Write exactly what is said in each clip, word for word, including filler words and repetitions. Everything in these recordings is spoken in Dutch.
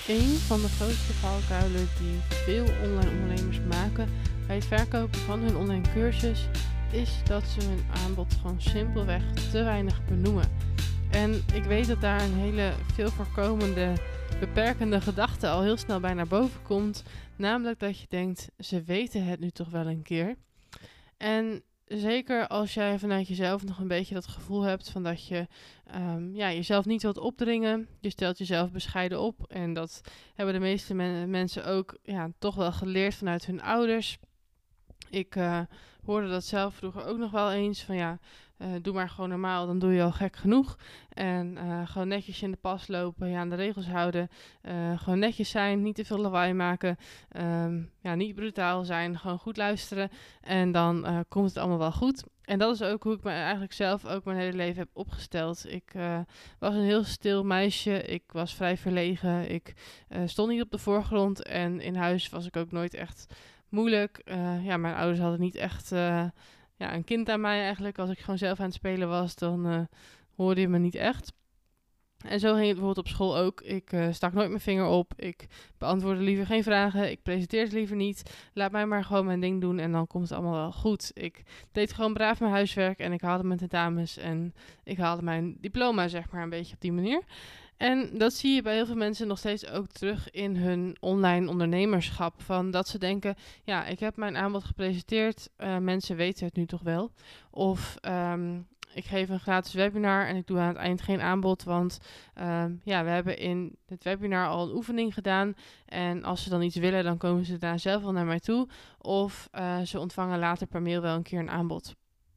Een van de grootste valkuilen die veel online ondernemers maken bij het verkopen van hun online cursus is dat ze hun aanbod gewoon simpelweg te weinig benoemen. En ik weet dat daar een hele veel voorkomende beperkende gedachte al heel snel bij naar boven komt. Namelijk dat je denkt, ze weten het nu toch wel een keer. En zeker als jij vanuit jezelf nog een beetje dat gevoel hebt van dat je um, ja, jezelf niet wilt opdringen. Je stelt jezelf bescheiden op. En dat hebben de meeste men- mensen ook ja, toch wel geleerd vanuit hun ouders. Ik uh, hoorde dat zelf vroeger ook nog wel eens van ja, uh, doe maar gewoon normaal, dan doe je al gek genoeg. En uh, gewoon netjes in de pas lopen, ja, aan de regels houden. Uh, gewoon netjes zijn, niet te veel lawaai maken. Um, ja, niet brutaal zijn, gewoon goed luisteren. En dan uh, komt het allemaal wel goed. En dat is ook hoe ik me eigenlijk zelf ook mijn hele leven heb opgesteld. Ik uh, was een heel stil meisje. Ik was vrij verlegen. Ik uh, stond niet op de voorgrond. En in huis was ik ook nooit echt moeilijk. Uh, ja, mijn ouders hadden niet echt uh, ja, een kind aan mij eigenlijk. Als ik gewoon zelf aan het spelen was, dan uh, hoorde je me niet echt. En zo ging het bijvoorbeeld op school ook. Ik uh, stak nooit mijn vinger op. Ik beantwoordde liever geen vragen. Ik presenteerde liever niet. Laat mij maar gewoon mijn ding doen en dan komt het allemaal wel goed. Ik deed gewoon braaf mijn huiswerk en ik haalde mijn tentamens. En ik haalde mijn diploma, zeg maar, een beetje op die manier. En dat zie je bij heel veel mensen nog steeds ook terug in hun online ondernemerschap. Van dat ze denken, ja, ik heb mijn aanbod gepresenteerd. Uh, mensen weten het nu toch wel. Of um, ik geef een gratis webinar en ik doe aan het eind geen aanbod. Want um, ja, we hebben in het webinar al een oefening gedaan. En als ze dan iets willen, dan komen ze daar zelf wel naar mij toe. Of uh, ze ontvangen later per mail wel een keer een aanbod.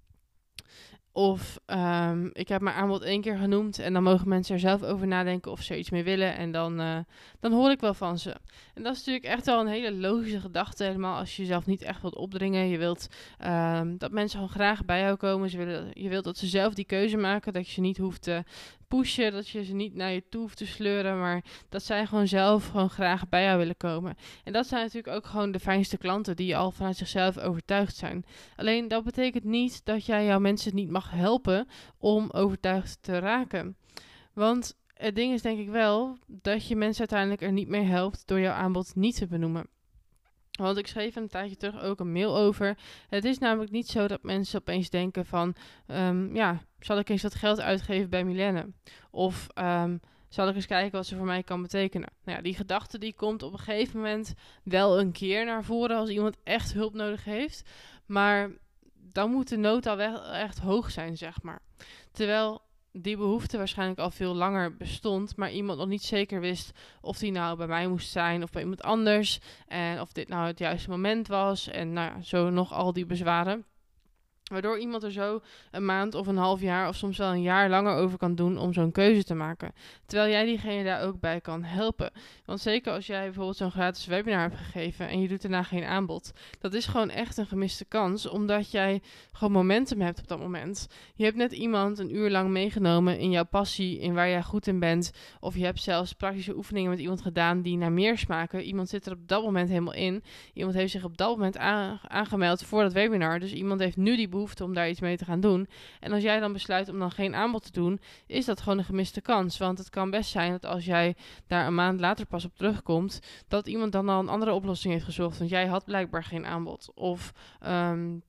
Of um, ik heb mijn aanbod één keer genoemd en dan mogen mensen er zelf over nadenken of ze er iets mee willen. En dan, uh, dan hoor ik wel van ze. En dat is natuurlijk echt wel een hele logische gedachte. Helemaal als je jezelf niet echt wilt opdringen. Je wilt um, dat mensen gewoon graag bij jou komen. Ze willen, je wilt dat ze zelf die keuze maken. Dat je ze niet hoeft te pushen. Dat je ze niet naar je toe hoeft te sleuren. Maar dat zij gewoon zelf gewoon graag bij jou willen komen. En dat zijn natuurlijk ook gewoon de fijnste klanten die al vanuit zichzelf overtuigd zijn. Alleen dat betekent niet dat jij jouw mensen niet mag helpen om overtuigd te raken. Want het ding is denk ik wel dat je mensen uiteindelijk er niet meer helpt door jouw aanbod niet te benoemen. Want ik schreef een tijdje terug ook een mail over. Het is namelijk niet zo dat mensen opeens denken van, um, ja, zal ik eens wat geld uitgeven bij Milène? Of um, zal ik eens kijken wat ze voor mij kan betekenen? Nou ja, die gedachte die komt op een gegeven moment wel een keer naar voren als iemand echt hulp nodig heeft. Maar dan moet de nood al wel echt hoog zijn, zeg maar. Terwijl die behoefte waarschijnlijk al veel langer bestond, maar iemand nog niet zeker wist of die nou bij mij moest zijn of bij iemand anders. En of dit nou het juiste moment was. En nou ja, zo nog al die bezwaren. Waardoor iemand er zo een maand of een half jaar of soms wel een jaar langer over kan doen om zo'n keuze te maken. Terwijl jij diegene daar ook bij kan helpen. Want zeker als jij bijvoorbeeld zo'n gratis webinar hebt gegeven en je doet daarna geen aanbod. Dat is gewoon echt een gemiste kans, omdat jij gewoon momentum hebt op dat moment. Je hebt net iemand een uur lang meegenomen in jouw passie, in waar jij goed in bent. Of je hebt zelfs praktische oefeningen met iemand gedaan die naar meer smaken. Iemand zit er op dat moment helemaal in. Iemand heeft zich op dat moment aan, aangemeld voor dat webinar. Dus iemand heeft nu die behoefte om daar iets mee te gaan doen. En als jij dan besluit om dan geen aanbod te doen, is dat gewoon een gemiste kans. Want het kan best zijn dat als jij daar een maand later pas op terugkomt, dat iemand dan al een andere oplossing heeft gezocht. Want jij had blijkbaar geen aanbod. Of um,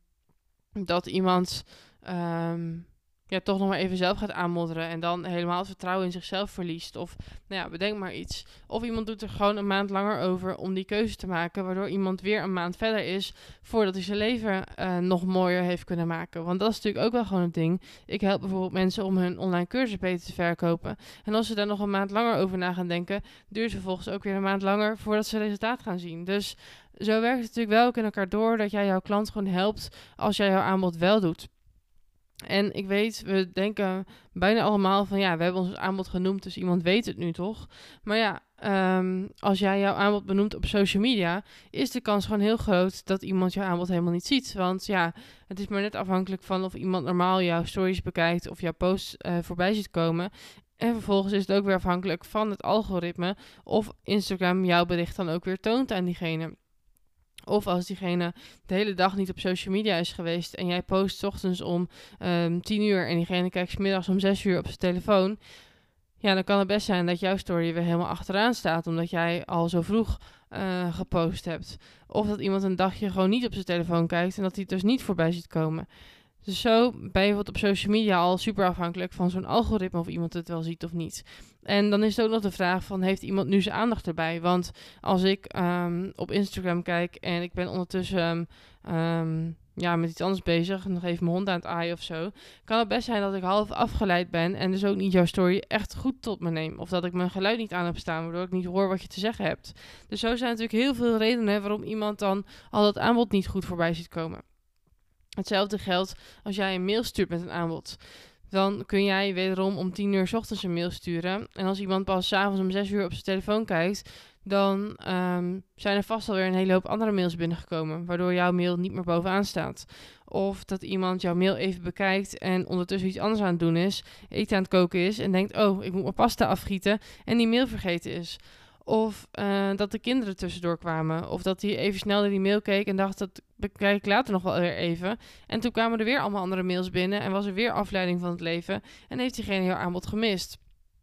dat iemand um, ja, toch nog maar even zelf gaat aanmodderen en dan helemaal het vertrouwen in zichzelf verliest. Of, nou ja, bedenk maar iets. Of iemand doet er gewoon een maand langer over om die keuze te maken, waardoor iemand weer een maand verder is voordat hij zijn leven uh, nog mooier heeft kunnen maken. Want dat is natuurlijk ook wel gewoon het ding. Ik help bijvoorbeeld mensen om hun online cursus beter te verkopen. En als ze daar nog een maand langer over na gaan denken, duurt het vervolgens ook weer een maand langer voordat ze resultaat gaan zien. Dus zo werkt het natuurlijk wel ook in elkaar door dat jij jouw klant gewoon helpt als jij jouw aanbod wel doet. En ik weet, we denken bijna allemaal van ja, we hebben ons aanbod genoemd, dus iemand weet het nu toch. Maar ja, um, als jij jouw aanbod benoemt op social media, is de kans gewoon heel groot dat iemand jouw aanbod helemaal niet ziet. Want ja, het is maar net afhankelijk van of iemand normaal jouw stories bekijkt of jouw posts uh, voorbij ziet komen. En vervolgens is het ook weer afhankelijk van het algoritme of Instagram jouw bericht dan ook weer toont aan diegene. Of als diegene de hele dag niet op social media is geweest en jij post 's ochtends om um, tien uur en diegene kijkt 's middags om zes uur op zijn telefoon. ja, dan kan het best zijn dat jouw story weer helemaal achteraan staat, omdat jij al zo vroeg uh, gepost hebt. Of dat iemand een dagje gewoon niet op zijn telefoon kijkt en dat hij het dus niet voorbij ziet komen. Dus zo ben je bijvoorbeeld op social media al super afhankelijk van zo'n algoritme of iemand het wel ziet of niet. En dan is het ook nog de vraag van, heeft iemand nu zijn aandacht erbij? Want als ik um, op Instagram kijk en ik ben ondertussen um, um, ja, met iets anders bezig, nog even mijn hond aan het aaien of zo, kan het best zijn dat ik half afgeleid ben en dus ook niet jouw story echt goed tot me neem. Of dat ik mijn geluid niet aan heb staan, waardoor ik niet hoor wat je te zeggen hebt. Dus zo zijn natuurlijk heel veel redenen waarom iemand dan al dat aanbod niet goed voorbij ziet komen. Hetzelfde geldt als jij een mail stuurt met een aanbod. Dan kun jij wederom om tien uur 's ochtends een mail sturen. En als iemand pas 's avonds om zes uur op zijn telefoon kijkt, dan um, zijn er vast alweer een hele hoop andere mails binnengekomen, waardoor jouw mail niet meer bovenaan staat. Of dat iemand jouw mail even bekijkt en ondertussen iets anders aan het doen is, eten aan het koken is en denkt, oh, ik moet mijn pasta afgieten en die mail vergeten is. Of uh, dat de kinderen tussendoor kwamen. Of dat hij even snel naar die mail keek en dacht, dat bekijk ik later nog wel weer even. En toen kwamen er weer allemaal andere mails binnen en was er weer afleiding van het leven. En heeft diegene jouw aanbod gemist.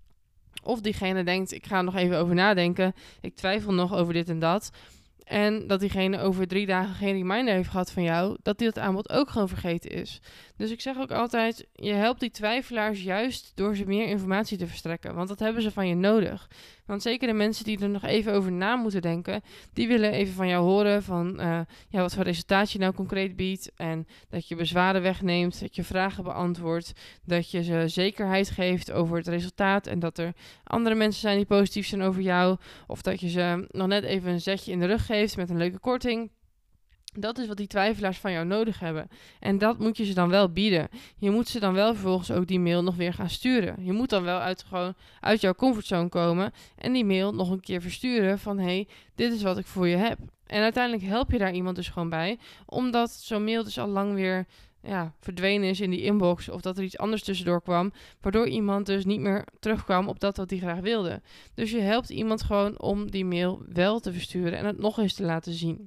Of diegene denkt, ik ga er nog even over nadenken. Ik twijfel nog over dit en dat. En dat diegene over drie dagen geen reminder heeft gehad van jou, dat die dat aanbod ook gewoon vergeten is. Dus ik zeg ook altijd, je helpt die twijfelaars juist door ze meer informatie te verstrekken. Want dat hebben ze van je nodig. Want zeker de mensen die er nog even over na moeten denken, die willen even van jou horen van uh, ja, wat voor resultaat je nou concreet biedt. En dat je bezwaren wegneemt, dat je vragen beantwoordt, dat je ze zekerheid geeft over het resultaat. En dat er andere mensen zijn die positief zijn over jou. Of dat je ze nog net even een zetje in de rug geeft met een leuke korting. Dat is wat die twijfelaars van jou nodig hebben. En dat moet je ze dan wel bieden. Je moet ze dan wel vervolgens ook die mail nog weer gaan sturen. Je moet dan wel uit, gewoon uit jouw comfortzone komen en die mail nog een keer versturen van hé, hey, dit is wat ik voor je heb. En uiteindelijk help je daar iemand dus gewoon bij, omdat zo'n mail dus al lang weer ja, verdwenen is in die inbox of dat er iets anders tussendoor kwam, waardoor iemand dus niet meer terugkwam op dat wat hij graag wilde. Dus je helpt iemand gewoon om die mail wel te versturen en het nog eens te laten zien.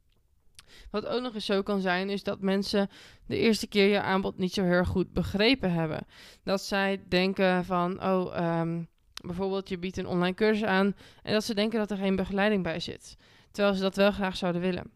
Wat ook nog eens zo kan zijn, is dat mensen de eerste keer je aanbod niet zo heel erg goed begrepen hebben. Dat zij denken van, oh, um, bijvoorbeeld je biedt een online cursus aan en dat ze denken dat er geen begeleiding bij zit. Terwijl ze dat wel graag zouden willen.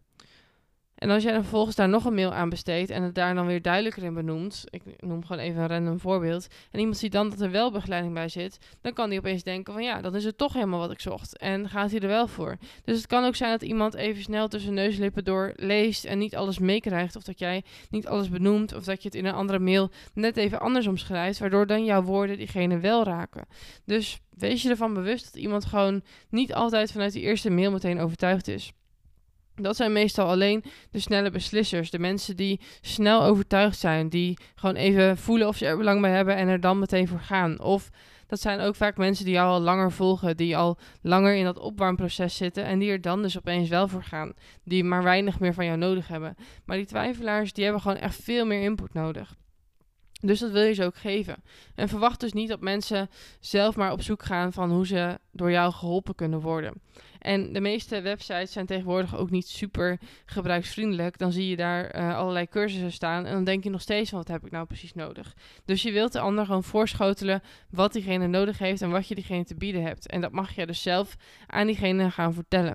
En als jij dan vervolgens daar nog een mail aan besteedt en het daar dan weer duidelijker in benoemt, ik noem gewoon even een random voorbeeld, en iemand ziet dan dat er wel begeleiding bij zit, dan kan die opeens denken van ja, dan is het toch helemaal wat ik zocht. En gaat hij er wel voor. Dus het kan ook zijn dat iemand even snel tussen neuslippen door leest en niet alles meekrijgt, of dat jij niet alles benoemt, of dat je het in een andere mail net even anders omschrijft, waardoor dan jouw woorden diegene wel raken. Dus wees je ervan bewust dat iemand gewoon niet altijd vanuit die eerste mail meteen overtuigd is. Dat zijn meestal alleen de snelle beslissers. De mensen die snel overtuigd zijn. Die gewoon even voelen of ze er belang bij hebben en er dan meteen voor gaan. Of dat zijn ook vaak mensen die jou al langer volgen. Die al langer in dat opwarmproces zitten. En die er dan dus opeens wel voor gaan. Die maar weinig meer van jou nodig hebben. Maar die twijfelaars die hebben gewoon echt veel meer input nodig. Dus dat wil je ze ook geven. En verwacht dus niet dat mensen zelf maar op zoek gaan van hoe ze door jou geholpen kunnen worden. En de meeste websites zijn tegenwoordig ook niet super gebruiksvriendelijk. Dan zie je daar uh, allerlei cursussen staan en dan denk je nog steeds van wat heb ik nou precies nodig. Dus je wilt de ander gewoon voorschotelen wat diegene nodig heeft en wat je diegene te bieden hebt. En dat mag je dus zelf aan diegene gaan vertellen.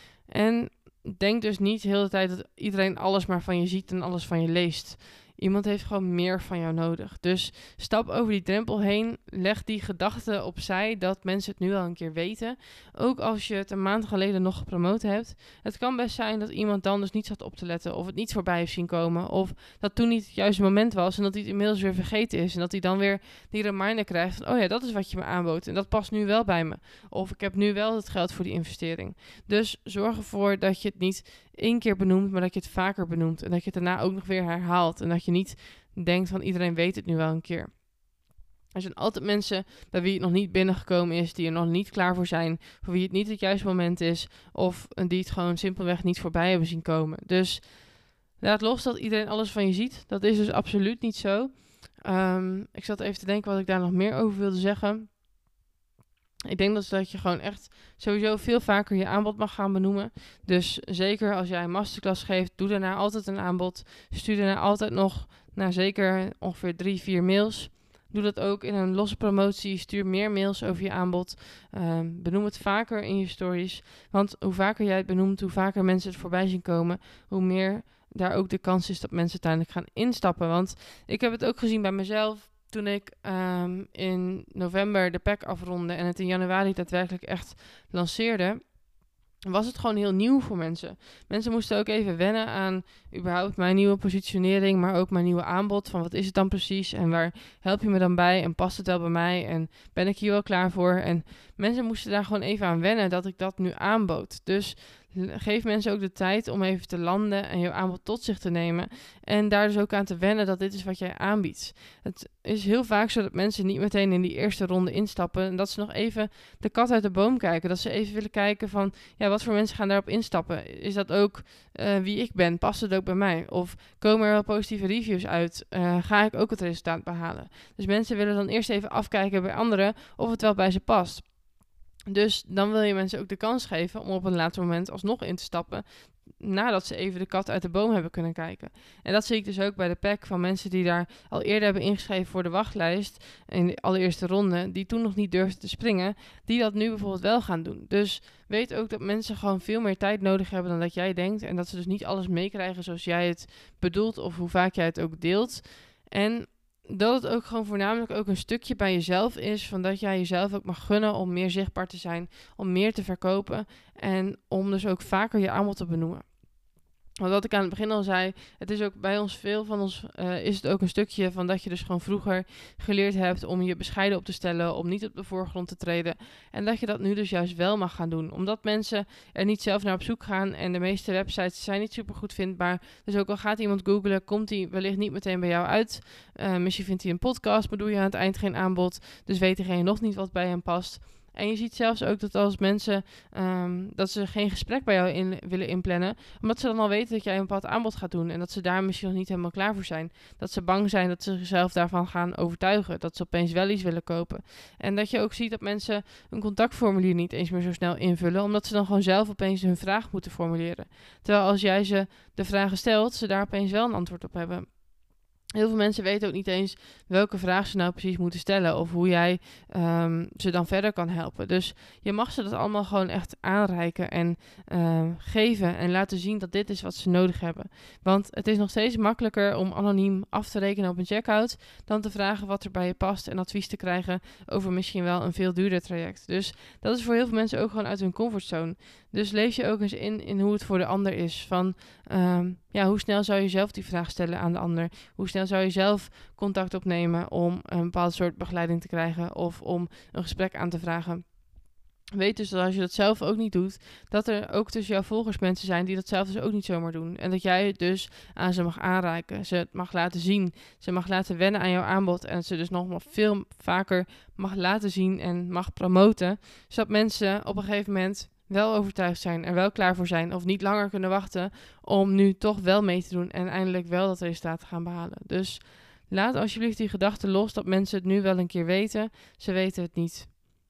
En denk dus niet de hele tijd dat iedereen alles maar van je ziet en alles van je leest. Iemand heeft gewoon meer van jou nodig. Dus stap over die drempel heen. Leg die gedachte opzij dat mensen het nu al een keer weten. Ook als je het een maand geleden nog gepromoot hebt. Het kan best zijn dat iemand dan dus niet zat op te letten. Of het niet voorbij heeft zien komen. Of dat toen niet het juiste moment was. En dat hij het inmiddels weer vergeten is. En dat hij dan weer die reminder krijgt van, oh ja, dat is wat je me aanbood. En dat past nu wel bij me. Of ik heb nu wel het geld voor die investering. Dus zorg ervoor dat je het niet één keer benoemt, maar dat je het vaker benoemt. En dat je het daarna ook nog weer herhaalt. En dat je niet denkt van iedereen weet het nu wel een keer. Er zijn altijd mensen bij wie het nog niet binnengekomen is, die er nog niet klaar voor zijn, voor wie het niet het juiste moment is, of die het gewoon simpelweg niet voorbij hebben zien komen. Dus laat los dat iedereen alles van je ziet. Dat is dus absoluut niet zo. Um, ik zat even te denken wat ik daar nog meer over wilde zeggen. Ik denk dat, dat je gewoon echt sowieso veel vaker je aanbod mag gaan benoemen. Dus zeker als jij een masterclass geeft, doe daarna altijd een aanbod. Stuur daarna altijd nog naar zeker ongeveer drie, vier mails. doe dat ook in een losse promotie. Stuur meer mails over je aanbod. Um, benoem het vaker in je stories. Want hoe vaker jij het benoemt, hoe vaker mensen het voorbij zien komen, hoe meer daar ook de kans is dat mensen uiteindelijk gaan instappen. Want ik heb het ook gezien bij mezelf. Toen ik um, in november de pack afronde en het in januari daadwerkelijk echt lanceerde, was het gewoon heel nieuw voor mensen. Mensen moesten ook even wennen aan überhaupt mijn nieuwe positionering, maar ook mijn nieuwe aanbod. Van wat is het dan precies en waar help je me dan bij en past het wel bij mij en ben ik hier wel klaar voor? En mensen moesten daar gewoon even aan wennen dat ik dat nu aanbood. Dus geef mensen ook de tijd om even te landen en jouw aanbod tot zich te nemen. En daar dus ook aan te wennen dat dit is wat jij aanbiedt. Het is heel vaak zo dat mensen niet meteen in die eerste ronde instappen. En dat ze nog even de kat uit de boom kijken. Dat ze even willen kijken van, ja, wat voor mensen gaan daarop instappen? Is dat ook uh, wie ik ben? Past het ook bij mij? Of komen er wel positieve reviews uit? Uh, ga ik ook het resultaat behalen? Dus mensen willen dan eerst even afkijken bij anderen of het wel bij ze past. Dus dan wil je mensen ook de kans geven om op een later moment alsnog in te stappen, nadat ze even de kat uit de boom hebben kunnen kijken. En dat zie ik dus ook bij de pack van mensen die daar al eerder hebben ingeschreven voor de wachtlijst in de allereerste ronde, die toen nog niet durfden te springen, die dat nu bijvoorbeeld wel gaan doen. Dus weet ook dat mensen gewoon veel meer tijd nodig hebben dan dat jij denkt en dat ze dus niet alles meekrijgen zoals jij het bedoelt of hoe vaak jij het ook deelt. En dat het ook gewoon voornamelijk ook een stukje bij jezelf is, van dat jij jezelf ook mag gunnen om meer zichtbaar te zijn, om meer te verkopen en om dus ook vaker je aanbod te benoemen. Want wat ik aan het begin al zei, het is ook bij ons, veel van ons, uh, is het ook een stukje van dat je dus gewoon vroeger geleerd hebt om je bescheiden op te stellen, om niet op de voorgrond te treden. En dat je dat nu dus juist wel mag gaan doen. Omdat mensen er niet zelf naar op zoek gaan en de meeste websites zijn niet super goed vindbaar. Dus ook al gaat iemand googlen, komt die wellicht niet meteen bij jou uit. Uh, misschien vindt hij een podcast, maar doe je aan het eind geen aanbod. Dus weet diegene nog niet wat bij hem past. En je ziet zelfs ook dat als mensen um, dat ze geen gesprek bij jou in, willen inplannen, omdat ze dan al weten dat jij een bepaald aanbod gaat doen en dat ze daar misschien nog niet helemaal klaar voor zijn. Dat ze bang zijn dat ze zichzelf daarvan gaan overtuigen, dat ze opeens wel iets willen kopen. En dat je ook ziet dat mensen een contactformulier niet eens meer zo snel invullen, omdat ze dan gewoon zelf opeens hun vraag moeten formuleren. Terwijl als jij ze de vragen stelt, ze daar opeens wel een antwoord op hebben. Heel veel mensen weten ook niet eens welke vraag ze nou precies moeten stellen of hoe jij um, ze dan verder kan helpen. Dus je mag ze dat allemaal gewoon echt aanreiken en uh, geven en laten zien dat dit is wat ze nodig hebben. Want het is nog steeds makkelijker om anoniem af te rekenen op een checkout dan te vragen wat er bij je past en advies te krijgen over misschien wel een veel duurder traject. Dus dat is voor heel veel mensen ook gewoon uit hun comfortzone. Dus lees je ook eens in, in hoe het voor de ander is. Van um, ja, hoe snel zou je zelf die vraag stellen aan de ander? Hoe snel zou je zelf contact opnemen om een bepaald soort begeleiding te krijgen of om een gesprek aan te vragen? Weet dus dat als je dat zelf ook niet doet, dat er ook tussen jouw volgers mensen zijn die dat zelf dus ook niet zomaar doen. En dat jij het dus aan ze mag aanreiken, ze het mag laten zien, ze mag laten wennen aan jouw aanbod en ze dus nog veel vaker mag laten zien en mag promoten, zodat mensen op een gegeven moment wel overtuigd zijn, er wel klaar voor zijn of niet langer kunnen wachten om nu toch wel mee te doen en eindelijk wel dat resultaat te gaan behalen. Dus laat alsjeblieft die gedachte los dat mensen het nu wel een keer weten, ze weten het niet.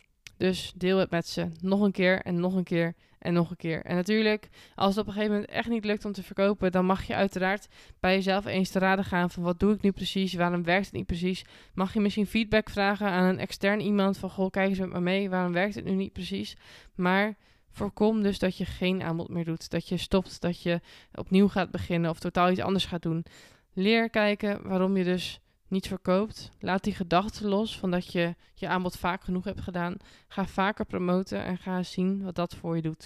Dus deel het met ze nog een keer en nog een keer en nog een keer. En natuurlijk, als het op een gegeven moment echt niet lukt om te verkopen, dan mag je uiteraard bij jezelf eens te raden gaan van wat doe ik nu precies, waarom werkt het niet precies. Mag je misschien feedback vragen aan een extern iemand van goh, kijk eens met me mee, waarom werkt het nu niet precies. Maar voorkom dus dat je geen aanbod meer doet, dat je stopt, dat je opnieuw gaat beginnen of totaal iets anders gaat doen. Leer kijken waarom je dus niet verkoopt. Laat die gedachte los van dat je je aanbod vaak genoeg hebt gedaan. Ga vaker promoten en ga zien wat dat voor je doet.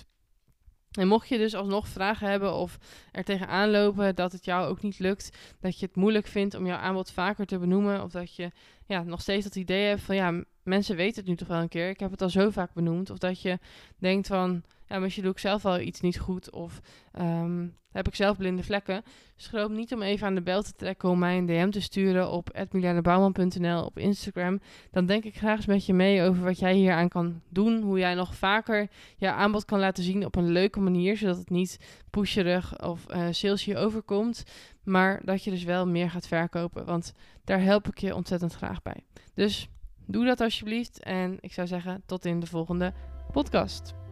En mocht je dus alsnog vragen hebben of er tegenaan lopen dat het jou ook niet lukt, dat je het moeilijk vindt om jouw aanbod vaker te benoemen, of dat je ja, nog steeds dat idee hebt van ja, mensen weten het nu toch wel een keer, ik heb het al zo vaak benoemd, of dat je denkt van ja, misschien doe ik zelf wel iets niet goed of um, heb ik zelf blinde vlekken. Schroom niet om even aan de bel te trekken om mij een D M te sturen op at miljarden bouwman punt n l op Instagram. Dan denk ik graag eens met je mee over wat jij hieraan kan doen. Hoe jij nog vaker je aanbod kan laten zien op een leuke manier. Zodat het niet pusherig of uh, salesy overkomt. Maar dat je dus wel meer gaat verkopen. Want daar help ik je ontzettend graag bij. Dus doe dat alsjeblieft. En ik zou zeggen tot in de volgende podcast.